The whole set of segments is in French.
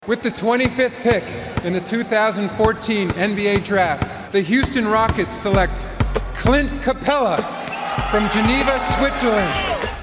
With the 25th pick in the 2014 NBA Draft, the Houston Rockets select Clint Capella from Geneva, Switzerland.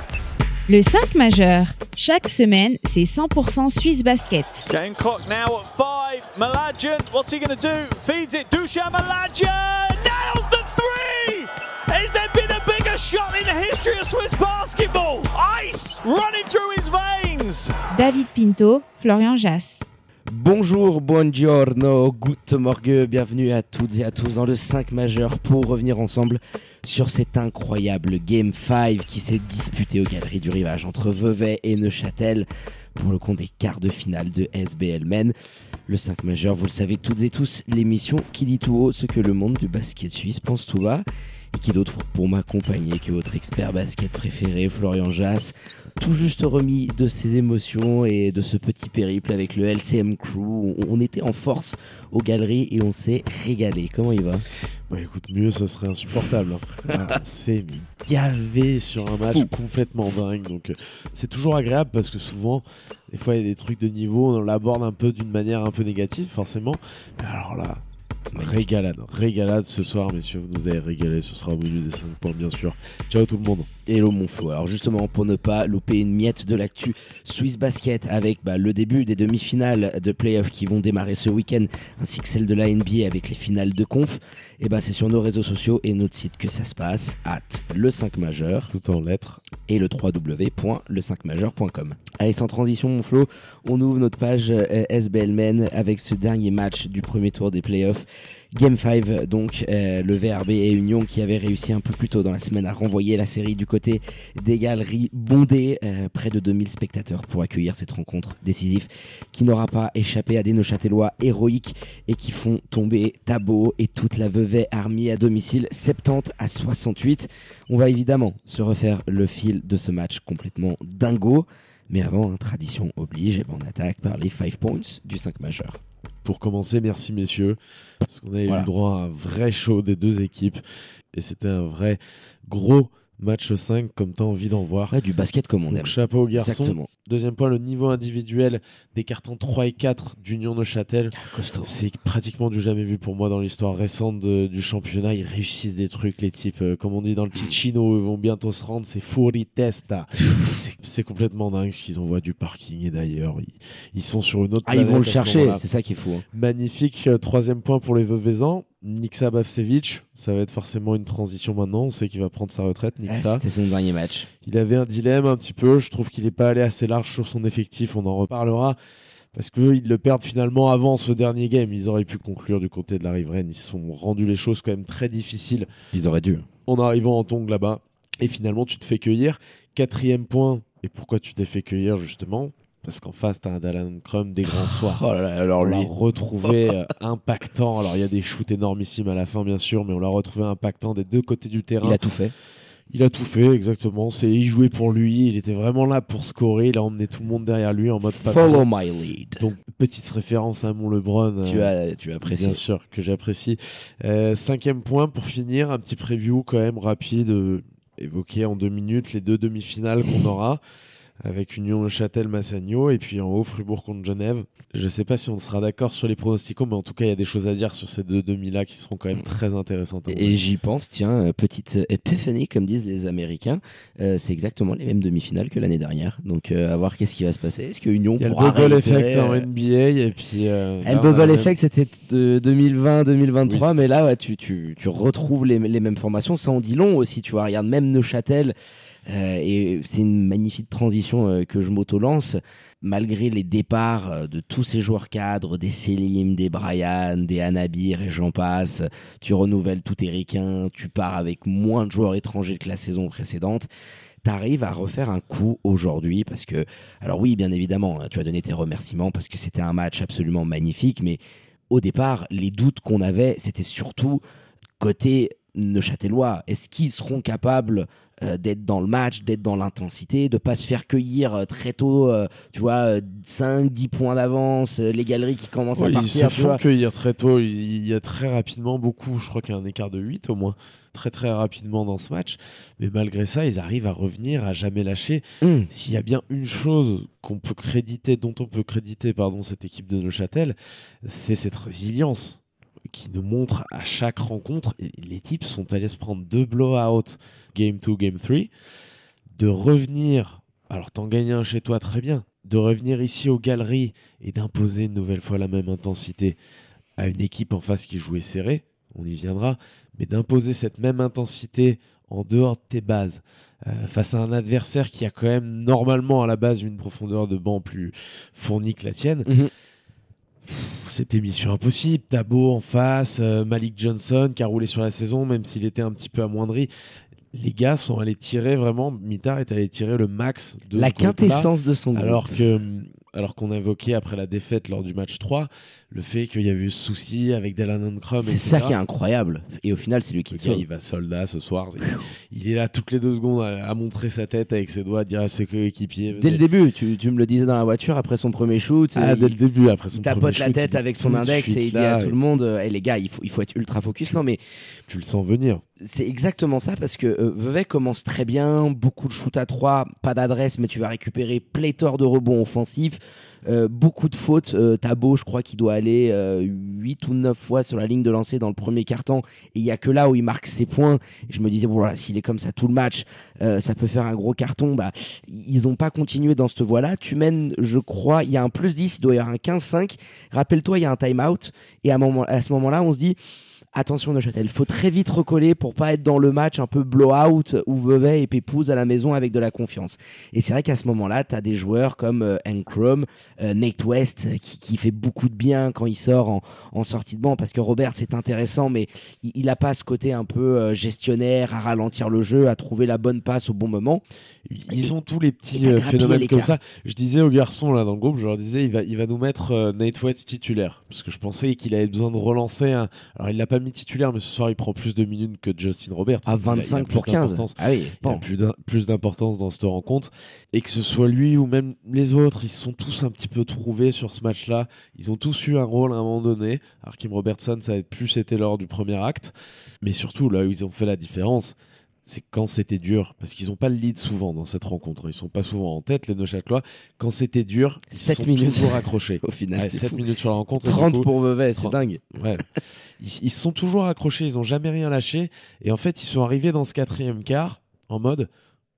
Le 5 majeur. Chaque semaine, c'est 100% Suisse Basket. Game clock now at 5. Malajan, what's he going to do? Feeds it. Dusan Malajan nails the three! Has there been a bigger shot in the history of Swiss basketball? Ice running through his veins. David Pinto, Florian Jass. Bonjour, buongiorno, guten morgue, bienvenue à toutes et à tous dans le 5 majeur pour revenir ensemble sur cet incroyable Game 5 qui s'est disputé aux Galeries du Rivage entre Vevey et Neuchâtel pour le compte des quarts de finale de SBL Men. Le 5 majeur, vous le savez toutes et tous, l'émission qui dit tout haut ce que le monde du basket suisse pense tout bas. Et qui d'autre pour m'accompagner que votre expert basket préféré, Florian Jass, tout juste remis de ses émotions et de ce petit périple avec le LCM Crew. On était en force aux Galeries et on s'est régalé. Comment il va ? Bah écoute, mieux ce serait insupportable. On s'est gavé sur un match complètement dingue. Donc c'est toujours agréable parce que souvent, des fois il y a des trucs de niveau, on l'aborde un peu d'une manière un peu négative forcément. Mais alors là... Régalade ce soir, messieurs, vous nous avez régalé, ce sera au milieu des 5 points bien sûr. Ciao tout le monde. Hello mon Flo. Alors justement, pour ne pas louper une miette de l'actu Swiss Basket avec le début des demi-finales de playoff qui vont démarrer ce week-end, ainsi que celle de la NBA avec les finales de conf, et c'est sur nos réseaux sociaux et notre site que ça se passe, le 5 majeur, tout en lettres, et le www.le5majeur.com. Allez, sans transition mon Flo, on ouvre notre page SBL Men avec ce dernier match du premier tour des playoffs. Game 5, donc le VRB et Union qui avaient réussi un peu plus tôt dans la semaine à renvoyer la série du côté des galeries bondées, près de 2000 spectateurs pour accueillir cette rencontre décisive qui n'aura pas échappé à des Neuchâtelois héroïques et qui font tomber Tabo et toute la Vevey Army à domicile 70-68. On va évidemment se refaire le fil de ce match complètement dingo, mais avant, tradition oblige, on attaque par les 5 points du 5 majeur. Pour commencer, merci messieurs, parce qu'on a eu le droit à un vrai show des deux équipes, et c'était un vrai gros match 5 comme tu as envie d'en voir. Ouais, du basket comme on aime. Chapeau aux garçons. Exactement. Deuxième point, le niveau individuel des cartons 3 et 4 d'Union Neuchâtel. Costaud. C'est pratiquement du jamais vu pour moi dans l'histoire récente du championnat. Ils réussissent des trucs, les types. Comme on dit dans le Ticino, ils vont bientôt se rendre. C'est fuori testa. c'est complètement dingue ce qu'ils envoient du parking et d'ailleurs. Ils sont sur une autre planète. Ils vont le chercher, c'est ça qui est fou. Hein. Magnifique. Troisième point pour les Vevezans. Niksa Bavcevic, ça va être forcément une transition maintenant. On sait qu'il va prendre sa retraite, Niksa. C'était son dernier match. Il avait un dilemme un petit peu. Je trouve qu'il n'est pas allé assez large sur son effectif. On en reparlera. Parce qu'ils le perdent finalement avant ce dernier game. Ils auraient pu conclure du côté de la riveraine. Ils se sont rendus les choses quand même très difficiles. Ils auraient dû. En arrivant en tongue là-bas. Et finalement, tu te fais cueillir. Quatrième point. Et pourquoi tu t'es fait cueillir justement ? Parce qu'en face, t'as un Dallin Crum des grands soirs. Oh là là, alors on lui, l'a retrouvé impactant. Alors il y a des shoots énormissimes à la fin, bien sûr, mais on l'a retrouvé impactant des deux côtés du terrain. Il a tout fait. Il a tout fait, exactement. Il jouait pour lui. Il était vraiment là pour scorer. Il a emmené tout le monde derrière lui en mode Follow my lead. Donc petite référence à mon LeBron. Tu apprécies. Bien sûr que j'apprécie. 5e point pour finir, un petit preview quand même rapide, évoqué en 2 minutes les 2 demi-finales qu'on aura. Avec Union Neuchâtel-Massagno et puis en haut Fribourg contre Genève. Je sais pas si on sera d'accord sur les pronostics, mais en tout cas il y a des choses à dire sur ces 2 demi-là qui seront quand même très intéressantes. Et j'y pense, tiens, petite épiphanie comme disent les Américains, c'est exactement les mêmes demi-finales que l'année dernière. Donc à voir qu'est-ce qui va se passer. Est-ce que Union pourra réitérer... Il y a le bubble effect en NBA et puis... le bubble effect c'était de 2020-2023, oui, mais là tu retrouves les mêmes formations. Ça en dit long aussi, tu vois. Regarde, même Neuchâtel... et c'est une magnifique transition que je m'auto-lance. Malgré les départs de tous ces joueurs cadres, des Selim, des Brian, des Anabir et j'en passe, tu renouvelles tout tes ricains, tu pars avec moins de joueurs étrangers que la saison précédente. T'arrives à refaire un coup aujourd'hui parce que, alors oui, bien évidemment, tu as donné tes remerciements parce que c'était un match absolument magnifique, mais au départ, les doutes qu'on avait, c'était surtout côté neuchâtelois. Est-ce qu'ils seront capables d'être dans le match, d'être dans l'intensité, de pas se faire cueillir très tôt, tu vois, 5-10 points d'avance, les galeries qui commencent à partir. Ils se font cueillir très tôt, il y a très rapidement beaucoup, je crois qu'il y a un écart de 8 au moins, très très rapidement dans ce match, mais malgré ça, ils arrivent à revenir, à jamais lâcher. S'il y a bien une chose dont on peut créditer cette équipe de Neuchâtel, c'est cette résilience qui nous montre à chaque rencontre. Et les types sont allés se prendre 2 blowouts, Game 2, Game 3, de revenir, alors t'en gagnes un chez toi, très bien, de revenir ici aux galeries et d'imposer une nouvelle fois la même intensité à une équipe en face qui jouait serré, on y viendra, mais d'imposer cette même intensité en dehors de tes bases, face à un adversaire qui a quand même normalement à la base une profondeur de banc plus fournie que la tienne. C'était mission impossible. Thabo en face, Malik Johnson qui a roulé sur la saison, même s'il était un petit peu amoindri. Les gars sont allés tirer vraiment, Mitard est allé tirer le max de la quintessence de son groupe. Alors qu'on a évoqué après la défaite lors du match 3, le fait qu'il y avait eu ce souci avec Dylan Ankrum. C'est ça qui est incroyable. Et au final, c'est lui qui tire. Il va soldat ce soir. Il est là toutes les 2 secondes à montrer sa tête avec ses doigts, à dire à ses coéquipiers. Dès le début, tu me le disais dans la voiture, après son premier shoot. Dès le début, après son premier shoot. Il tapote la tête avec son index et il dit à tout le monde les gars, il faut être ultra focus. Non, mais tu le sens venir. C'est exactement ça, parce que Vevey commence très bien, beaucoup de shoot à 3, pas d'adresse, mais tu vas récupérer pléthore de rebonds offensifs, beaucoup de fautes. Thabo, je crois qu'il doit aller 8 ou 9 fois sur la ligne de lancer dans le premier quart-temps, et il n'y a que là où il marque ses points. Et je me disais, bon, voilà, s'il est comme ça tout le match, ça peut faire un gros carton. Bah, ils n'ont pas continué dans cette voie-là. Tu mènes, je crois, il y a un plus 10, il doit y avoir un 15-5. Rappelle-toi, il y a un time-out, et à ce moment-là, on se dit, attention Neuchâtel, il faut très vite recoller pour pas être dans le match un peu blowout où Vevey et Pépouze à la maison avec de la confiance. Et c'est vrai qu'à ce moment-là, tu as des joueurs comme Ankrum, Nate West qui fait beaucoup de bien quand il sort en sortie de banc, parce que Robert c'est intéressant, mais il a pas ce côté un peu gestionnaire à ralentir le jeu, à trouver la bonne passe au bon moment. Ils ont tous les petits phénomènes comme ça. Je disais aux garçons là dans le groupe, je leur disais il va nous mettre Nate West titulaire, parce que je pensais qu'il avait besoin de relancer alors il l'a pas mis titulaire, mais ce soir il prend plus de minutes que Justin Roberts. À 25 pour 15. Ah oui, bon. Il y a plus d'importance dans cette rencontre, et que ce soit lui ou même les autres, ils se sont tous un petit peu trouvés sur ce match-là. Ils ont tous eu un rôle à un moment donné. Kim Robertson, ça a plus été lors du premier acte, mais surtout là où ils ont fait la différence, c'est quand c'était dur, parce qu'ils n'ont pas le lead souvent dans cette rencontre. Ils sont pas souvent en tête, les Neuchâtelois. Quand c'était dur, ils 7 sont minutes toujours accrochés. Au final, 7 minutes sur la rencontre. 30 pour Vevey, c'est dingue. Ouais. Ils sont toujours accrochés, ils n'ont jamais rien lâché. Et en fait, ils sont arrivés dans ce 4e quart en mode,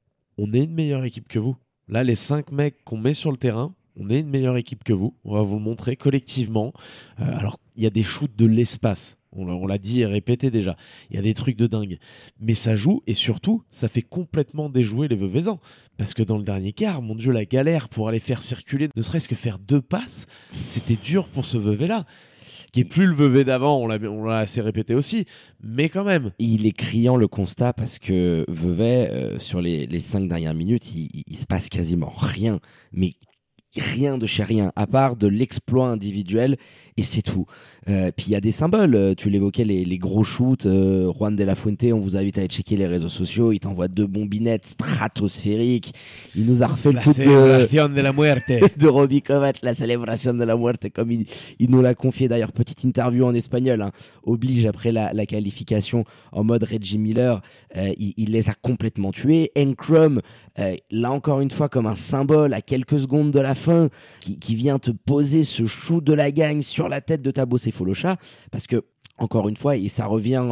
on est une meilleure équipe que vous. Là, les 5 mecs qu'on met sur le terrain, on est une meilleure équipe que vous. On va vous le montrer collectivement. Alors, il y a des shoots de l'espace. On l'a dit et répété déjà. Il y a des trucs de dingue. Mais ça joue, et surtout, ça fait complètement déjouer les Veveysans. Parce que dans le dernier quart, mon Dieu, la galère pour aller faire circuler, ne serait-ce que faire 2 passes, c'était dur pour ce Vevey-là. Qui est plus le Vevey d'avant, on l'a assez répété aussi, mais quand même. Il est criant le constat, parce que Vevey, sur les 5 dernières minutes, il se passe quasiment rien. Mais rien de chez rien, à part de l'exploit individuel, et c'est tout. Puis il y a des symboles, tu l'évoquais, les gros shoots. Juan de la Fuente, on vous invite à aller checker les réseaux sociaux, il t'envoie 2 bombinettes stratosphériques. Il nous a refait le coup de la muerte de Robbie Kovac, la célébration de la muerte, comme il nous l'a confié. D'ailleurs, petite interview en espagnol, oblige après la qualification, en mode Reggie Miller. Il les a complètement tués. Ankrum, là encore une fois, comme un symbole à quelques secondes de la fin, qui vient te poser ce shoot de la gagne sur la tête de Thabo Sefolosha, parce que, encore une fois, et ça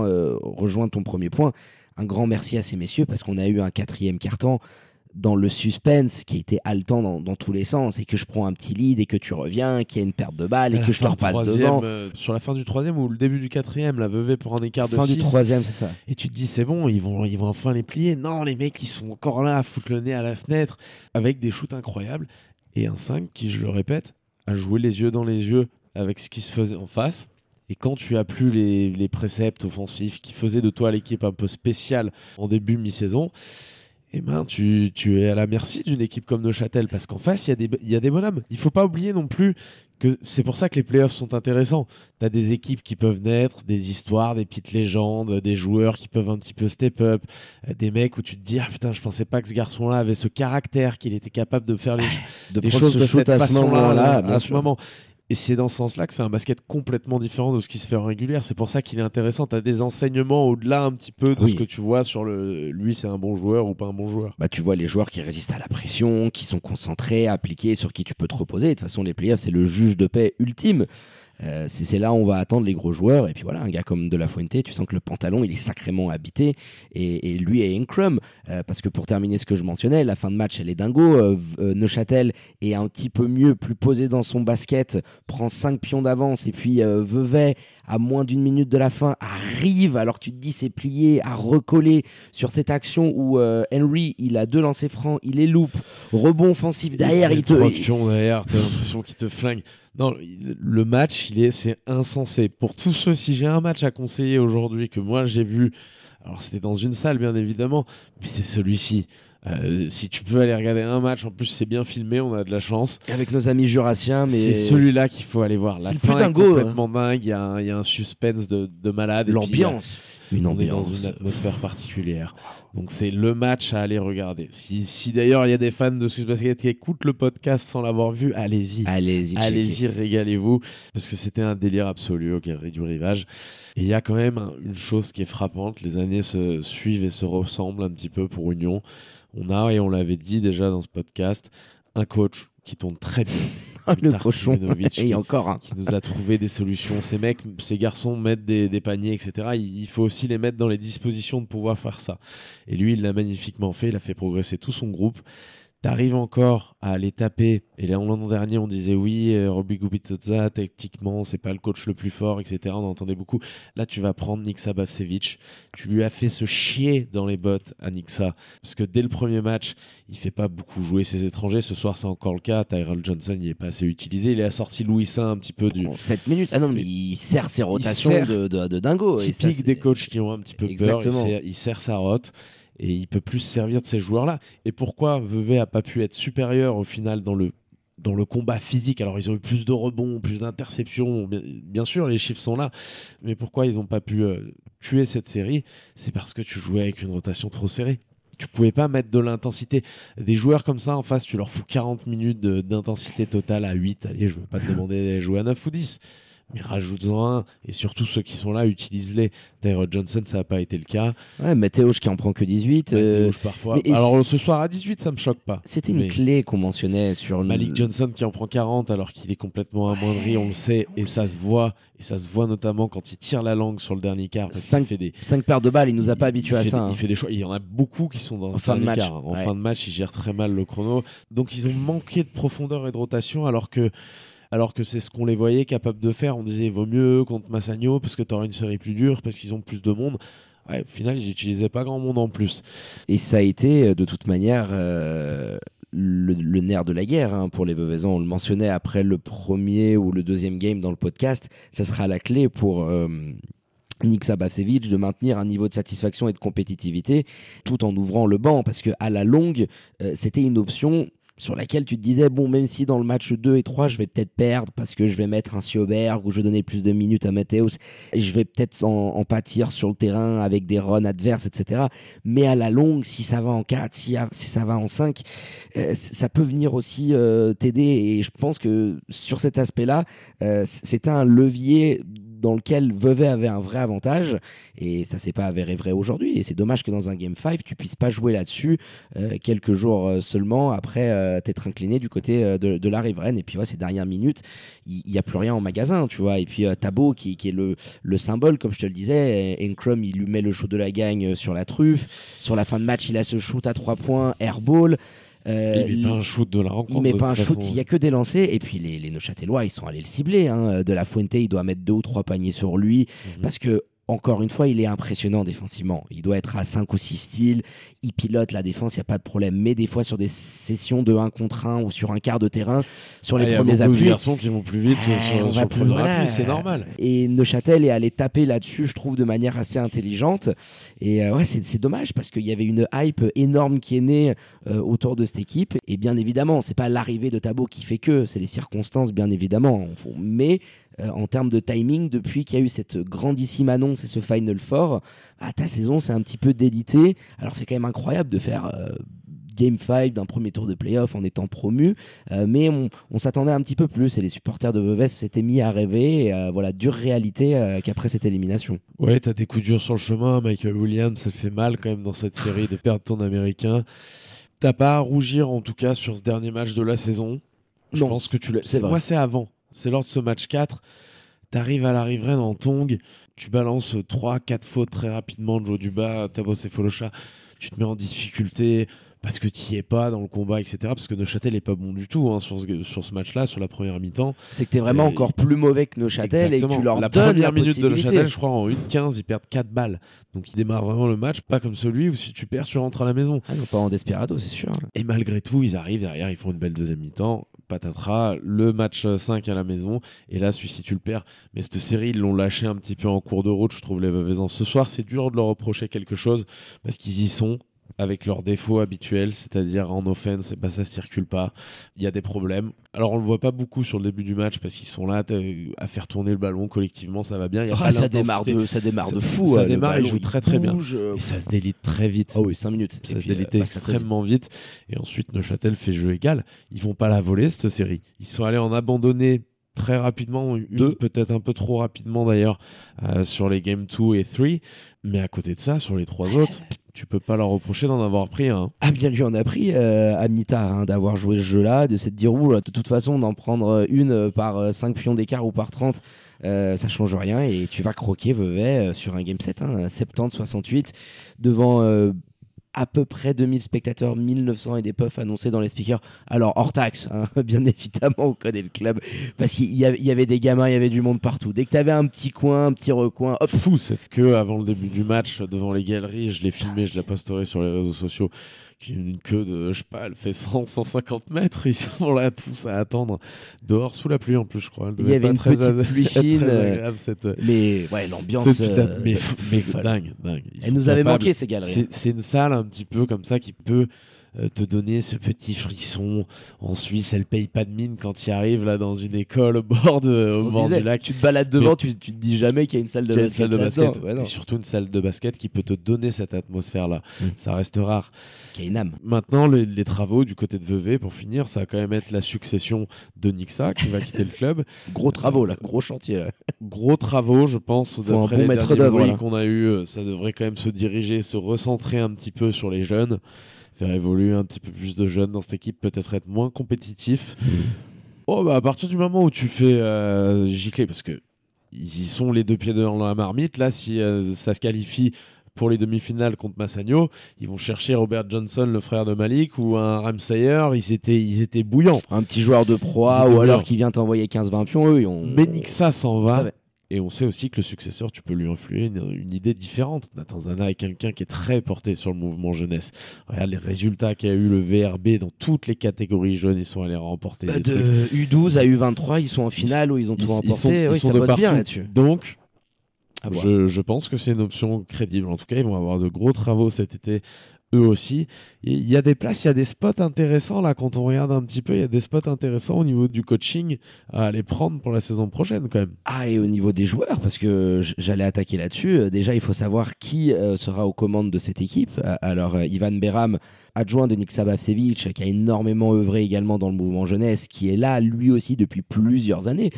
rejoint ton premier point, un grand merci à ces messieurs, parce qu'on a eu un 4e quart-temps dans le suspense qui a été haletant dans tous les sens, et que je prends un petit lead et que tu reviens, qu'il y a une perte de balle et que je te repasse devant. Sur la fin du 3e ou le début du 4e, la Vevey pour un écart de 6. Fin du 3e, c'est ça. Et tu te dis, c'est bon, ils vont enfin les plier. Non, les mecs, ils sont encore là à foutre le nez à la fenêtre avec des shoots incroyables. Et un 5 qui, je le répète, a joué les yeux dans les yeux avec ce qui se faisait en face. Et quand tu as plus les préceptes offensifs qui faisaient de toi l'équipe un peu spéciale en début mi-saison, eh ben, tu es à la merci d'une équipe comme Neuchâtel, parce qu'en face, il y a des bonhommes. Il faut pas oublier non plus que c'est pour ça que les playoffs sont intéressants. Tu as des équipes qui peuvent naître, des histoires, des petites légendes, des joueurs qui peuvent un petit peu step up, des mecs où tu te dis, ah putain, je pensais pas que ce garçon-là avait ce caractère, qu'il était capable de faire les choses de cette façon-là, à ce moment. Et c'est dans ce sens-là que c'est un basket complètement différent de ce qui se fait en régulière. C'est pour ça qu'il est intéressant. Tu as des enseignements au-delà un petit peu de ce que tu vois sur lui, c'est un bon joueur ou pas un bon joueur. Bah, tu vois les joueurs qui résistent à la pression, qui sont concentrés, appliqués, sur qui tu peux te reposer. De toute façon, les playoffs, c'est le juge de paix ultime. C'est là où on va attendre les gros joueurs. Et puis voilà, un gars comme De La Fuente, tu sens que le pantalon il est sacrément habité, et lui et Incrum, parce que pour terminer ce que je mentionnais, la fin de match elle est dingo. Neuchâtel est un petit peu mieux, plus posé dans son basket, prend 5 pions d'avance, et puis Vevey à moins d'une minute de la fin arrive, alors tu te dis c'est plié, à recoller sur cette action où Henry il a 2 lancers francs, il les loupe, rebond offensif derrière, il te... 3 pions derrière, t'as l'impression qu'il te flingue. Non, le match, c'est insensé. Pour tous ceux, si j'ai un match à conseiller aujourd'hui que moi j'ai vu, alors c'était dans une salle bien évidemment, mais c'est celui-ci. Si tu peux aller regarder un match, en plus c'est bien filmé, on a de la chance. Avec nos amis jurassiens, mais c'est celui-là qu'il faut aller voir. La fin est complètement dingue, il y a un suspense de malade. L'ambiance. On est dans une atmosphère particulière. Donc c'est le match à aller regarder. Si d'ailleurs il y a des fans de Swiss Basket qui écoutent le podcast sans l'avoir vu, allez-y, régalez-vous, parce que c'était un délire absolu au Galerie du Rivage. Et il y a quand même une chose qui est frappante, les années se suivent et se ressemblent un petit peu pour Union. On a, et on l'avait dit déjà dans ce podcast, un coach qui tourne très bien. Le cochon, et encore qui nous a trouvé des solutions. Ces garçons mettent des paniers, etc. Il faut aussi les mettre dans les dispositions de pouvoir faire ça. Et lui, il l'a magnifiquement fait. Il a fait progresser tout son groupe. T'arrives encore à les taper. Et l'an dernier, on disait oui, Robbie Gubitoza, techniquement, c'est pas le coach le plus fort, etc. On entendait beaucoup. Là, tu vas prendre Niksa Bavcevic. Tu lui as fait se chier dans les bottes à Niksa. Parce que dès le premier match, il fait pas beaucoup jouer ses étrangers. Ce soir, c'est encore le cas. Tyrell Johnson, il est pas assez utilisé. Il est assorti Louis Saint un petit peu du... En 7 minutes. Ah non, mais il sert ses rotations de dingo. Typique des coachs qui ont un petit peu peur. Il sert sa rote. Et il peut plus se servir de ces joueurs-là. Et pourquoi Vevey a pas pu être supérieur au final dans le combat physique? Alors ils ont eu plus de rebonds, plus d'interceptions, bien sûr les chiffres sont là, mais pourquoi ils n'ont pas pu tuer cette série? C'est parce que tu jouais avec une rotation trop serrée. Tu pouvais pas mettre de l'intensité. Des joueurs comme ça en face, tu leur fous 40 minutes d'intensité totale à 8. Allez, je veux pas te demander de jouer à 9 ou 10. Mais rajoute-en un, et surtout ceux qui sont là, utilise-les. Tyrell Johnson, ça n'a pas été le cas. Ouais, Mathéouche qui en prend que 18. Mathéouche parfois. Alors ce soir à 18, ça me choque pas. C'était une clé qu'on mentionnait sur Malik Johnson qui en prend 40 alors qu'il est complètement amoindri, on le sait, et ça se voit. Et ça se voit notamment quand il tire la langue sur le dernier quart. 5 paires de balles, il nous a pas habitués à ça. Il fait des choix. Il y en a beaucoup qui sont dans le dernier quart. En fin de match, il gère très mal le chrono. Donc ils ont manqué de profondeur et de rotation alors que c'est ce qu'on les voyait capables de faire. On disait il vaut mieux contre Massagno parce que tu auras une série plus dure, parce qu'ils ont plus de monde. Ouais, au final, ils n'utilisaient pas grand monde en plus. Et ça a été de toute manière le nerf de la guerre pour les Veveysans. On le mentionnait après le premier ou le deuxième game dans le podcast. Ça sera la clé pour Niksa Bavcevic de maintenir un niveau de satisfaction et de compétitivité tout en ouvrant le banc, parce qu'à la longue, c'était une option sur laquelle tu te disais, bon, même si dans le match 2 et 3, je vais peut-être perdre parce que je vais mettre un Sjoberg ou je vais donner plus de minutes à Mathéus, et je vais peut-être en pâtir sur le terrain avec des runs adverses, etc. Mais à la longue, si ça va en 4, si ça va en 5, ça peut venir aussi t'aider. Et je pense que sur cet aspect-là, c'était un levier dans lequel Vevey avait un vrai avantage, et ça s'est pas avéré vrai aujourd'hui, et c'est dommage que dans un Game 5 tu puisses pas jouer là-dessus quelques jours seulement après t'être incliné du côté de la riveraine. Et puis ces dernières minutes il y a plus rien en magasin, tu vois. Et puis Thabo qui est le symbole, comme je te le disais, Incrum il lui met le shoot de la gagne sur la truffe, sur la fin de match il a ce shoot à 3 points airball. Il met pas un shoot de la rencontre. Il met pas un shoot, il y a que des lancers. Et puis les Neuchâtelois, ils sont allés le cibler. De La Fuente, il doit mettre 2 ou 3 paniers sur lui, parce que encore une fois, il est impressionnant défensivement. Il doit être à 5 ou 6 styles. Il pilote la défense, il n'y a pas de problème. Mais des fois, sur des sessions de 1 contre 1 ou sur un quart de terrain, sur les premiers appuis... Il y a beaucoup de garçons qui vont plus vite sur le premier appui, c'est normal. Et Neuchâtel est allé taper là-dessus, je trouve, de manière assez intelligente. Et c'est dommage parce qu'il y avait une hype énorme qui est née autour de cette équipe. Et bien évidemment, c'est pas l'arrivée de Thabo qui fait que, c'est les circonstances, bien évidemment. Mais... en termes de timing, depuis qu'il y a eu cette grandissime annonce et ce Final Four, ta saison s'est un petit peu délitée. Alors c'est quand même incroyable de faire Game 5 d'un premier tour de play-off en étant promu, mais on s'attendait un petit peu plus et les supporters de Vevey s'étaient mis à rêver. Et, dure réalité qu'après cette élimination. Ouais, t'as des coups durs sur le chemin. Michael Williams, ça te fait mal quand même dans cette série de perdre ton américain. T'as pas à rougir en tout cas sur ce dernier match de la saison. Je pense que tu l'as. Moi, c'est avant. C'est lors de ce match 4, t'arrives à la riveraine en tong, tu balances 3-4 fautes très rapidement de Joe Duba, Thabo Sefolosha, tu te mets en difficulté parce que t'y es pas dans le combat, etc. Parce que Neuchâtel est pas bon du tout sur ce match-là, sur la première mi-temps. C'est que t'es vraiment encore plus mauvais que Neuchâtel. Exactement. Et que tu leur la donnes première la minute de Neuchâtel, je crois, en 1-15, ils perdent 4 balles. Donc ils démarrent vraiment le match, pas comme celui où si tu perds, tu rentres à la maison. Ah non, pas en desperado, c'est sûr. Et malgré tout, ils arrivent derrière, ils font une belle deuxième mi-temps. Patatras, le match 5 à la maison, et là celui-ci tu le perds. Mais cette série, ils l'ont lâché un petit peu en cours de route, je trouve, les Vevezans. Ce soir, c'est dur de leur reprocher quelque chose, parce qu'ils y sont avec leurs défauts habituels, c'est-à-dire en offense, ça se circule pas, il y a des problèmes. Alors on le voit pas beaucoup sur le début du match, parce qu'ils sont là à faire tourner le ballon collectivement, ça va bien. Ça démarre de fou. Ça démarre, ils jouent très très bien. Et ça se délite très vite. Ah oui, 5 minutes. Ça se délite extrêmement vite. Et ensuite, Neuchâtel fait jeu égal. Ils vont pas la voler, cette série. Ils sont allés en abandonner très rapidement, peut-être un peu trop rapidement d'ailleurs, sur les games 2 et 3. Mais à côté de ça, sur les 3 autres... Tu peux pas leur reprocher d'en avoir pris un. Ah bien lui en a pris à mi-tard d'avoir joué ce jeu-là, de s'être dit de toute façon d'en prendre une par 5 pions d'écart ou par 30, ça change rien et tu vas croquer Vevey sur un game set 70-68 devant à peu près 2000 spectateurs, 1900 et des puffs annoncés dans les speakers. Alors hors taxe, bien évidemment, on connaît le club parce qu'il y avait des gamins, il y avait du monde partout. Dès que tu avais un petit coin, un petit recoin, hop. Fou cette queue avant le début du match devant les galeries, je l'ai filmé, je la posterai sur les réseaux sociaux. Une queue de, je sais pas, elle fait 100-150 mètres, ils sont là tous à attendre dehors sous la pluie en plus, je crois. Il y avait une petite pluie fine, mais ouais, l'ambiance mais dingue. Elle nous avait manqué ces galeries. C'est une salle un petit peu comme ça qui peut te donner ce petit frisson. En Suisse, elle paye pas de mine quand il arrive là dans une école au bord du lac. Tu te balades devant, tu te dis jamais qu'il y a une salle de basket. Et surtout une salle de basket qui peut te donner cette atmosphère-là. Ça reste rare. Qui a une âme. Maintenant, les travaux du côté de Vevey, pour finir, ça va quand même être la succession de Nixa qui va quitter le club. Gros travaux là, gros chantier là. Gros travaux, je pense. D'après les derniers bruits qu'on a eu, ça devrait quand même se diriger, se recentrer un petit peu sur les jeunes. Faire évoluer un petit peu plus de jeunes dans cette équipe, peut-être être moins compétitif. À partir du moment où tu fais gicler, parce que ils y sont les 2 pieds dans la marmite, là, si ça se qualifie pour les demi-finales contre Massagno, ils vont chercher Robert Johnson, le frère de Malik, ou un Ramsayer, ils étaient bouillants. Un petit joueur de proie, ou alors qui vient t'envoyer 15-20 pions, Mais Nixa s'en va. Et on sait aussi que le successeur, tu peux lui influer une idée différente. Nathan Zana est quelqu'un qui est très porté sur le mouvement jeunesse. Regarde les résultats qu'a eu le VRB dans toutes les catégories jeunes. Ils sont allés remporter des trucs. De U12 à U23, ils sont en finale où ils ont tout remporté. Ils sont ça de partout bien là-dessus. Donc, je pense que c'est une option crédible. En tout cas, ils vont avoir de gros travaux cet été. Eux aussi. Il y a des places, il y a des spots intéressants là quand on regarde un petit peu, il y a des spots intéressants au niveau du coaching à aller prendre pour la saison prochaine quand même. Et au niveau des joueurs, parce que j'allais attaquer là-dessus, déjà il faut savoir qui sera aux commandes de cette équipe. Alors Ivan Beram, adjoint de Niksa Bavcevic, qui a énormément œuvré également dans le mouvement jeunesse, qui est là lui aussi depuis plusieurs années.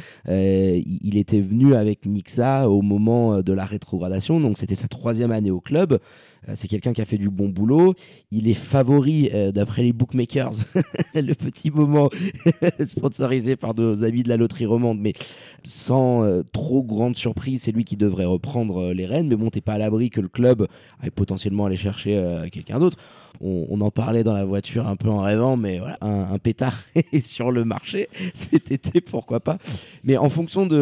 Il était venu avec Niksa au moment de la rétrogradation, donc c'était sa 3e année au club. C'est quelqu'un qui a fait du bon boulot. Il est favori d'après les bookmakers. Le petit moment sponsorisé par nos amis de la loterie romande, mais sans trop grande surprise, c'est lui qui devrait reprendre les rênes. Mais bon, t'es pas à l'abri que le club aille potentiellement aller chercher quelqu'un d'autre. On en parlait dans la voiture un peu en rêvant, mais voilà, un pétard est sur le marché cet été, pourquoi pas. Mais en fonction de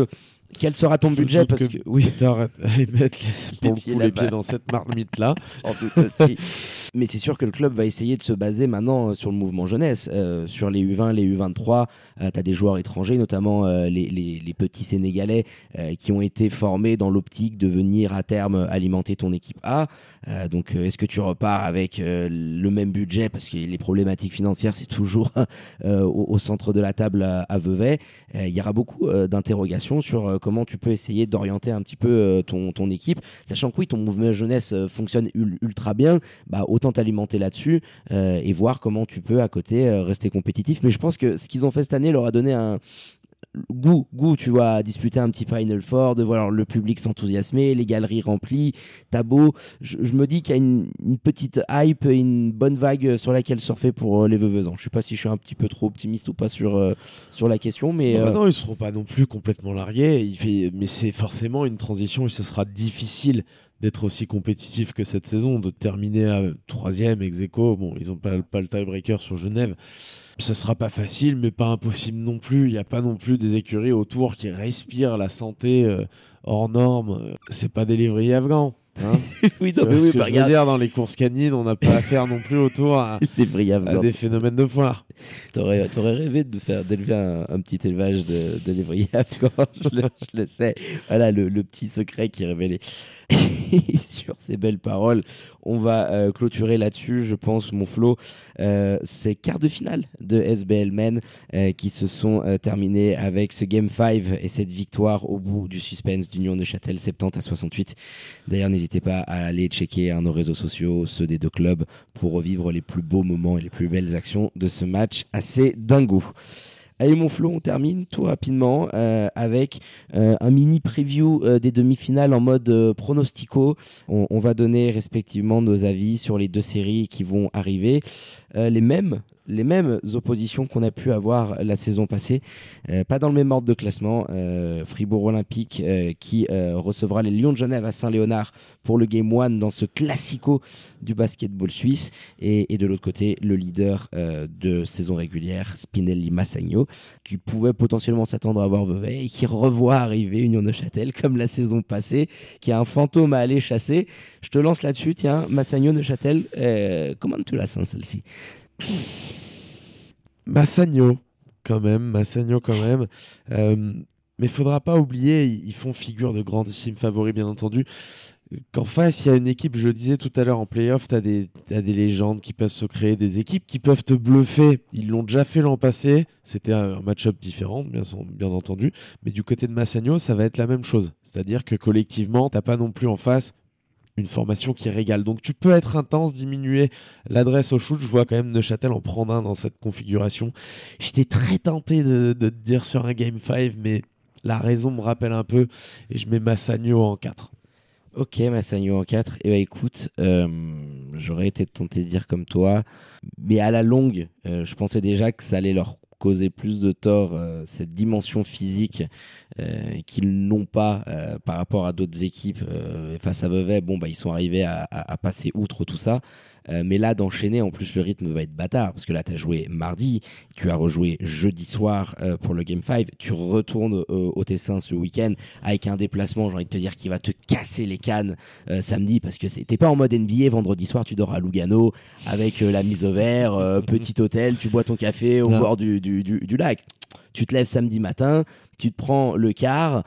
Quel sera ton budget? Parce que oui, mettre pour le coup les pieds dans cette marmite-là. En doute aussi. Mais c'est sûr que le club va essayer de se baser maintenant sur le mouvement jeunesse, sur les U20, les U23. Tu as des joueurs étrangers, notamment les petits Sénégalais qui ont été formés dans l'optique de venir à terme alimenter ton équipe A. Donc est-ce que tu repars avec le même budget? Parce que les problématiques financières, c'est toujours au centre de la table à Vevey. Il y aura beaucoup d'interrogations sur comment tu peux essayer d'orienter un petit peu ton équipe, sachant que oui, ton mouvement jeunesse fonctionne ultra bien, bah, autant t'alimenter là-dessus et voir comment tu peux à côté rester compétitif. Mais je pense que ce qu'ils ont fait cette année leur a donné un goût, tu vois, à disputer un petit Final Four, de voir le public s'enthousiasmer, les galeries remplies, t'as beau. Je me dis qu'il y a une petite hype et une bonne vague sur laquelle surfer pour les Veuvezans. Je sais pas si je suis un petit peu trop optimiste ou pas sur la question, mais non, ils seront pas non plus complètement largués. Mais c'est forcément une transition et ce sera difficile d'être aussi compétitif que cette saison, de terminer à 3e ex aequo. Bon, ils n'ont pas le tie-breaker sur Genève. Ça sera pas facile, mais pas impossible non plus. Il n'y a pas non plus des écuries autour qui respirent la santé hors norme. C'est pas des lévriers afghans. Hein. Oui, non, mais oui, je veux dire, dans les courses canines, on n'a pas affaire non plus autour à des phénomènes de foire. T'aurais rêvé d'élever un petit élevage de lévriers afghans, je le sais. Voilà le petit secret qui est révélé. Sur ces belles paroles, on va clôturer là-dessus, je pense, mon Flo. Ces quarts de finale de SBL Men qui se sont terminés avec ce Game 5 et cette victoire au bout du suspense d'Union Neuchâtel 70-68. D'ailleurs, n'hésitez pas à aller checker nos réseaux sociaux, ceux des deux clubs, pour revivre les plus beaux moments et les plus belles actions de ce match assez dingo. Allez mon Flo, on termine tout rapidement avec un mini preview des demi-finales en mode pronostico. On va donner respectivement nos avis sur les deux séries qui vont arriver. Les mêmes oppositions qu'on a pu avoir la saison passée, pas dans le même ordre de classement. Fribourg Olympique qui recevra les Lions de Genève à Saint-Léonard pour le Game 1 dans ce classico du basketball suisse, et de l'autre côté le leader de saison régulière, Spinelli Massagno, qui pouvait potentiellement s'attendre à voir Vevey et qui revoit arriver Union Neuchâtel comme la saison passée, qui a un fantôme à aller chasser. Je te lance là-dessus, tiens, Massagno Neuchâtel, comment tu la sens celle-ci? Massagno quand même. Mais il faudra pas oublier, ils font figure de grandissimes favoris, bien entendu. Qu'en face, il y a une équipe, je le disais tout à l'heure, en play-off, t'as des légendes qui peuvent se créer, des équipes qui peuvent te bluffer. Ils l'ont déjà fait l'an passé. C'était un match-up différent, bien entendu. Mais du côté de Massagno, ça va être la même chose. C'est-à-dire que collectivement, t'as pas non plus en face une formation qui régale. Donc tu peux être intense, diminuer l'adresse au shoot. Je vois quand même Neuchâtel en prendre un dans cette configuration. J'étais très tenté de te dire sur un Game 5, mais la raison me rappelle un peu et je mets Massagno en 4. Ok, Massagno en 4. Et bah écoute, j'aurais été tenté de dire comme toi, mais à la longue, je pensais déjà que ça allait leur causer plus de tort, cette dimension physique qu'ils n'ont pas par rapport à d'autres équipes face à Vevey. Bon, bah, ils sont arrivés à passer outre tout ça. Mais là, d'enchaîner, en plus, le rythme va être bâtard. Parce que là, tu as joué mardi, tu as rejoué jeudi soir pour le Game 5. Tu retournes au Tessin ce week-end avec un déplacement, j'ai envie de te dire, qui va te casser les cannes samedi. Parce que t'es pas en mode NBA. Vendredi soir, tu dors à Lugano avec la mise au vert, petit hôtel, tu bois ton café au bord du lac. Tu te lèves samedi matin, tu te prends le car,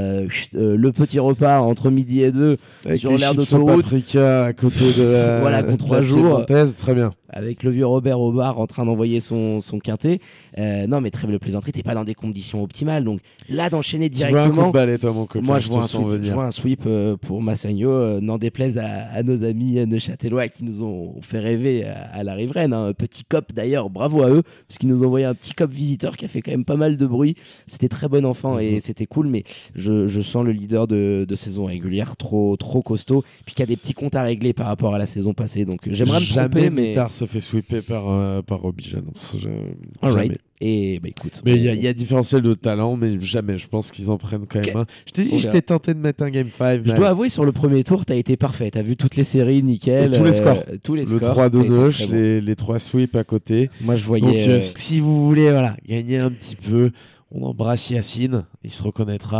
le petit repas entre midi et 2 avec sur l'aire d'autoroute. Paprika à côté de la voilà, contre 3 jours. Très bien. Avec le vieux Robert au bar en train d'envoyer son quintet. Non, mais trêve le plaisanterie, t'es pas dans des conditions optimales. Donc là, d'enchaîner directement. Tu vois un coup de balai, toi, mon copain. Moi, je vois un sweep pour Massagno. N'en déplaise à nos amis neuchâtelois qui nous ont fait rêver à la riveraine. Un petit cop d'ailleurs, bravo à eux, parce qu'ils nous ont envoyé un petit cop visiteur qui a fait quand même pas mal de bruit. C'était très bon enfant et c'était cool, mais je sens le leader de saison régulière trop costaud, puis qu'il y a des petits comptes à régler par rapport à la saison passée. Donc j'aimerais me tromper, mais Mitard se fait sweeper par Robbie Jeanne. Alright. Et bah écoute, mais il y a différentiel de talent, mais jamais. Je pense qu'ils en prennent quand même un. Je t'ai dit, j'étais tenté de mettre un Game 5. Je dois avouer, sur le premier tour, t'as été parfait. T'as vu toutes les séries, nickel. Et tous les scores. Le 3 d'Onoche, les 3 sweeps à côté. Moi, je voyais. Donc, si vous voulez gagner un petit peu, On embrasse Yacine, il se reconnaîtra.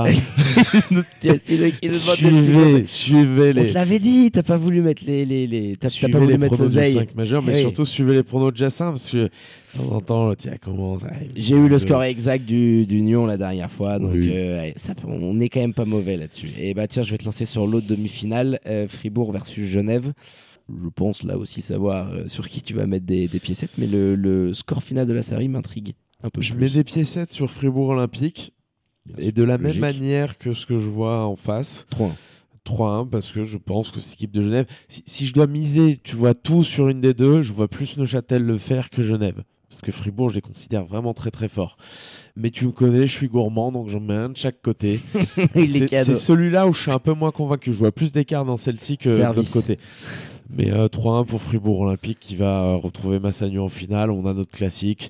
Suivez les. On te l'avait dit, t'as pas voulu mettre t'as pas voulu mettre l'oseille. 5 majeurs, mais surtout suivez les pronos de Jacin parce que de temps en temps, tiens, comment ça. J'ai eu le score exact du Nyon la dernière fois, donc on est quand même pas mauvais là-dessus. Et bah tiens, je vais te lancer sur l'autre demi-finale, Fribourg versus Genève. Je pense là aussi savoir sur qui tu vas mettre des piécettes, mais le score final de la série m'intrigue un peu. Je mets des piécettes sur Fribourg Olympique, et de la même manière que ce que je vois en face. 3-1 parce que je pense que cette équipe de Genève, si je dois miser, tu vois, tout sur une des deux, je vois plus Neuchâtel le faire que Genève. Parce que Fribourg, je les considère vraiment très très forts. Mais tu me connais, je suis gourmand, donc j'en mets un de chaque côté. C'est celui-là où je suis un peu moins convaincu. Je vois plus d'écart dans celle-ci que de l'autre côté. Mais 3-1 pour Fribourg Olympique qui va retrouver Massagno en finale. On a notre classique.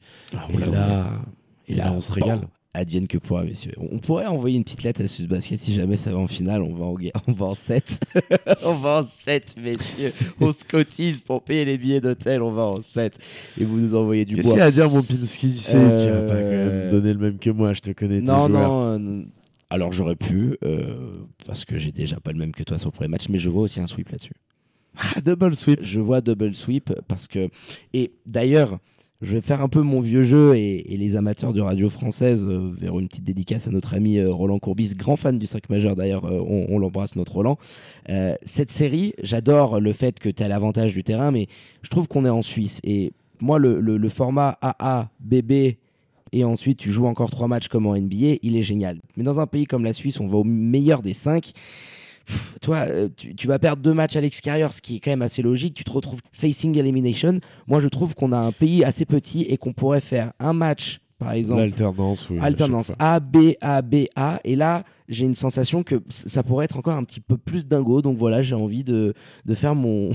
Et là, on se régale. Advienne que pourra, messieurs. On pourrait envoyer une petite lettre à Swiss Basket si jamais ça va en finale. On va en 7. On va en 7, messieurs. On se cotise pour payer les billets d'hôtel. On va en 7. Et vous nous envoyez du bois. Qu'est-ce qu'il y a à dire, mon Pinsky? Tu vas pas quand même donner le même que moi. Je te connais. Non. Alors j'aurais pu, parce que j'ai déjà pas le même que toi sur le premier match, mais je vois aussi un sweep là-dessus. Double sweep. Je vois double sweep parce que... Et d'ailleurs... Je vais faire un peu mon vieux jeu et les amateurs de radio française vers une petite dédicace à notre ami Roland Courbis, grand fan du 5 majeur d'ailleurs, on l'embrasse notre Roland. Cette série, j'adore le fait que tu as l'avantage du terrain, mais je trouve qu'on est en Suisse. Et moi, le format AA, BB, et ensuite tu joues encore 3 matchs comme en NBA, il est génial. Mais dans un pays comme la Suisse, on va au meilleur des 5. Toi, tu vas perdre 2 matchs à l'extérieur, ce qui est quand même assez logique. Tu te retrouves facing elimination. Moi, je trouve qu'on a un pays assez petit et qu'on pourrait faire un match, par exemple. L'alternance, oui. Alternance A, B, A, B, A. Et là, j'ai une sensation que ça pourrait être encore un petit peu plus dingo. Donc voilà, j'ai envie de faire mon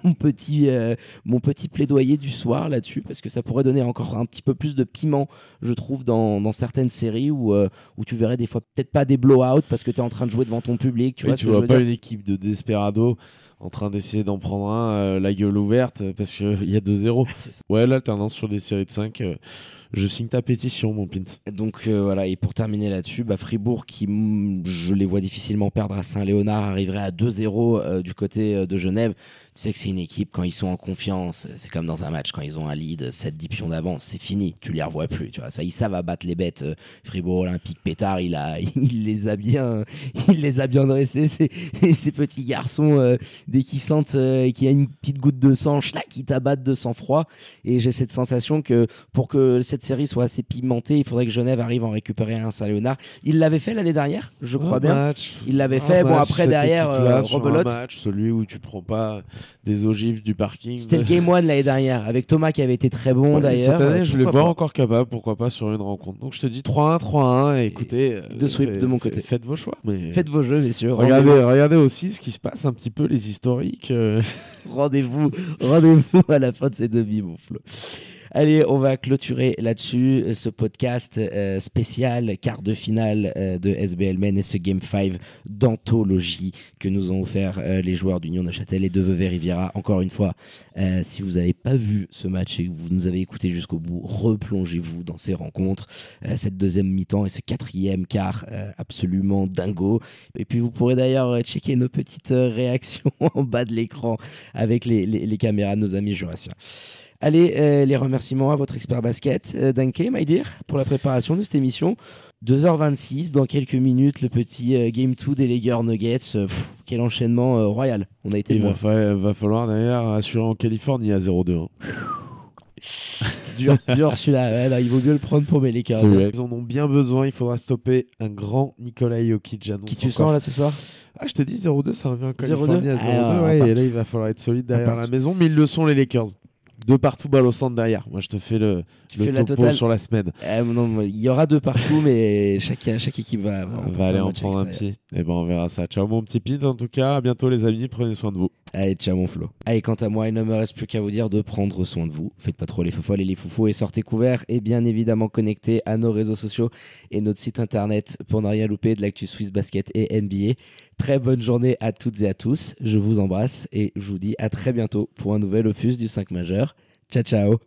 petit plaidoyer du soir là-dessus, parce que ça pourrait donner encore un petit peu plus de piment, je trouve, dans certaines séries où tu verrais des fois peut-être pas des blow-out parce que tu es en train de jouer devant ton public. Tu vois pas une équipe de Desperado en train d'essayer d'en prendre un la gueule ouverte parce qu'il y a 2-0. Ouais, l'alternance sur des séries de 5... je signe ta pétition, mon Pint. Donc voilà, et pour terminer là-dessus, Fribourg, qui je les vois difficilement perdre à Saint-Léonard, arriverait à 2-0 du côté de Genève. Tu sais que c'est une équipe, quand ils sont en confiance, c'est comme dans un match, quand ils ont un lead, 7-10 pions d'avance, c'est fini, tu les revois plus. Tu vois. Ça, ils savent abattre les bêtes. Fribourg Olympique, Pétard, il les a bien dressés, ces petits garçons, dès qu'ils sentent qu'il y a une petite goutte de sang, ils t'abattent de sang-froid. Et j'ai cette sensation que pour que cette série soit assez pimentée, il faudrait que Genève arrive à en récupérer un Saint-Léonard. Il l'avait fait l'année dernière, je crois bien. Il l'avait fait. Bon, après, derrière, rebelote. Celui où tu prends pas des ogives du parking. C'était le Game 1 l'année dernière, avec Thomas qui avait été très bon d'ailleurs. Cette année, je les vois encore capables, pourquoi pas sur une rencontre. Donc je te dis 3-1, et écoutez. De sweep de mon côté. Faites vos choix. Mais... Faites vos jeux, messieurs. Regardez aussi ce qui se passe, un petit peu les historiques. Rendez-vous à la fin de ces demi, mon Flo. Allez, on va clôturer là-dessus ce podcast spécial quart de finale de SBL Men et ce Game 5 d'anthologie que nous ont offert les joueurs d'Union Neuchâtel et de Vevey-Riviera. Encore une fois, si vous n'avez pas vu ce match et que vous nous avez écouté jusqu'au bout, replongez-vous dans ces rencontres, cette deuxième mi-temps et ce quatrième quart absolument dingo. Et puis vous pourrez d'ailleurs checker nos petites réactions en bas de l'écran avec les caméras de nos amis jurassiens. Allez, les remerciements à votre expert basket, Danke, my dear, pour la préparation de cette émission. 2h26, dans quelques minutes, le petit Game 2 des Lager Nuggets. Quel enchaînement royal. On a été Il va falloir d'ailleurs assurer en Californie à 0-2. Dur celui-là. Ouais, là, il vaut mieux le prendre pour mes Lakers. Ils en ont bien besoin. Il faudra stopper un grand Nicolas Jokic. Qui tu sens là ce soir? Je te dis 0-2, ça revient en Californie à 0-2. Et là, il va falloir être solide derrière la maison. Mais ils le sont, les Lakers. De partout, balle au centre derrière. Moi, je te fais le topo sur la semaine. Non, il y aura 2 partout, mais chaque équipe va aller en prendre un petit. Et on verra ça. Ciao, mon petit Pete. En tout cas, à bientôt, les amis. Prenez soin de vous. Allez, ciao, mon Flo. Allez, quant à moi, il ne me reste plus qu'à vous dire de prendre soin de vous. Faites pas trop les fofolles et les foufous et sortez couverts. Et bien évidemment, connectez à nos réseaux sociaux et notre site internet pour ne rien louper de l'actu Swiss Basket et NBA. Très bonne journée à toutes et à tous. Je vous embrasse et je vous dis à très bientôt pour un nouvel opus du 5 majeur. Ciao, ciao.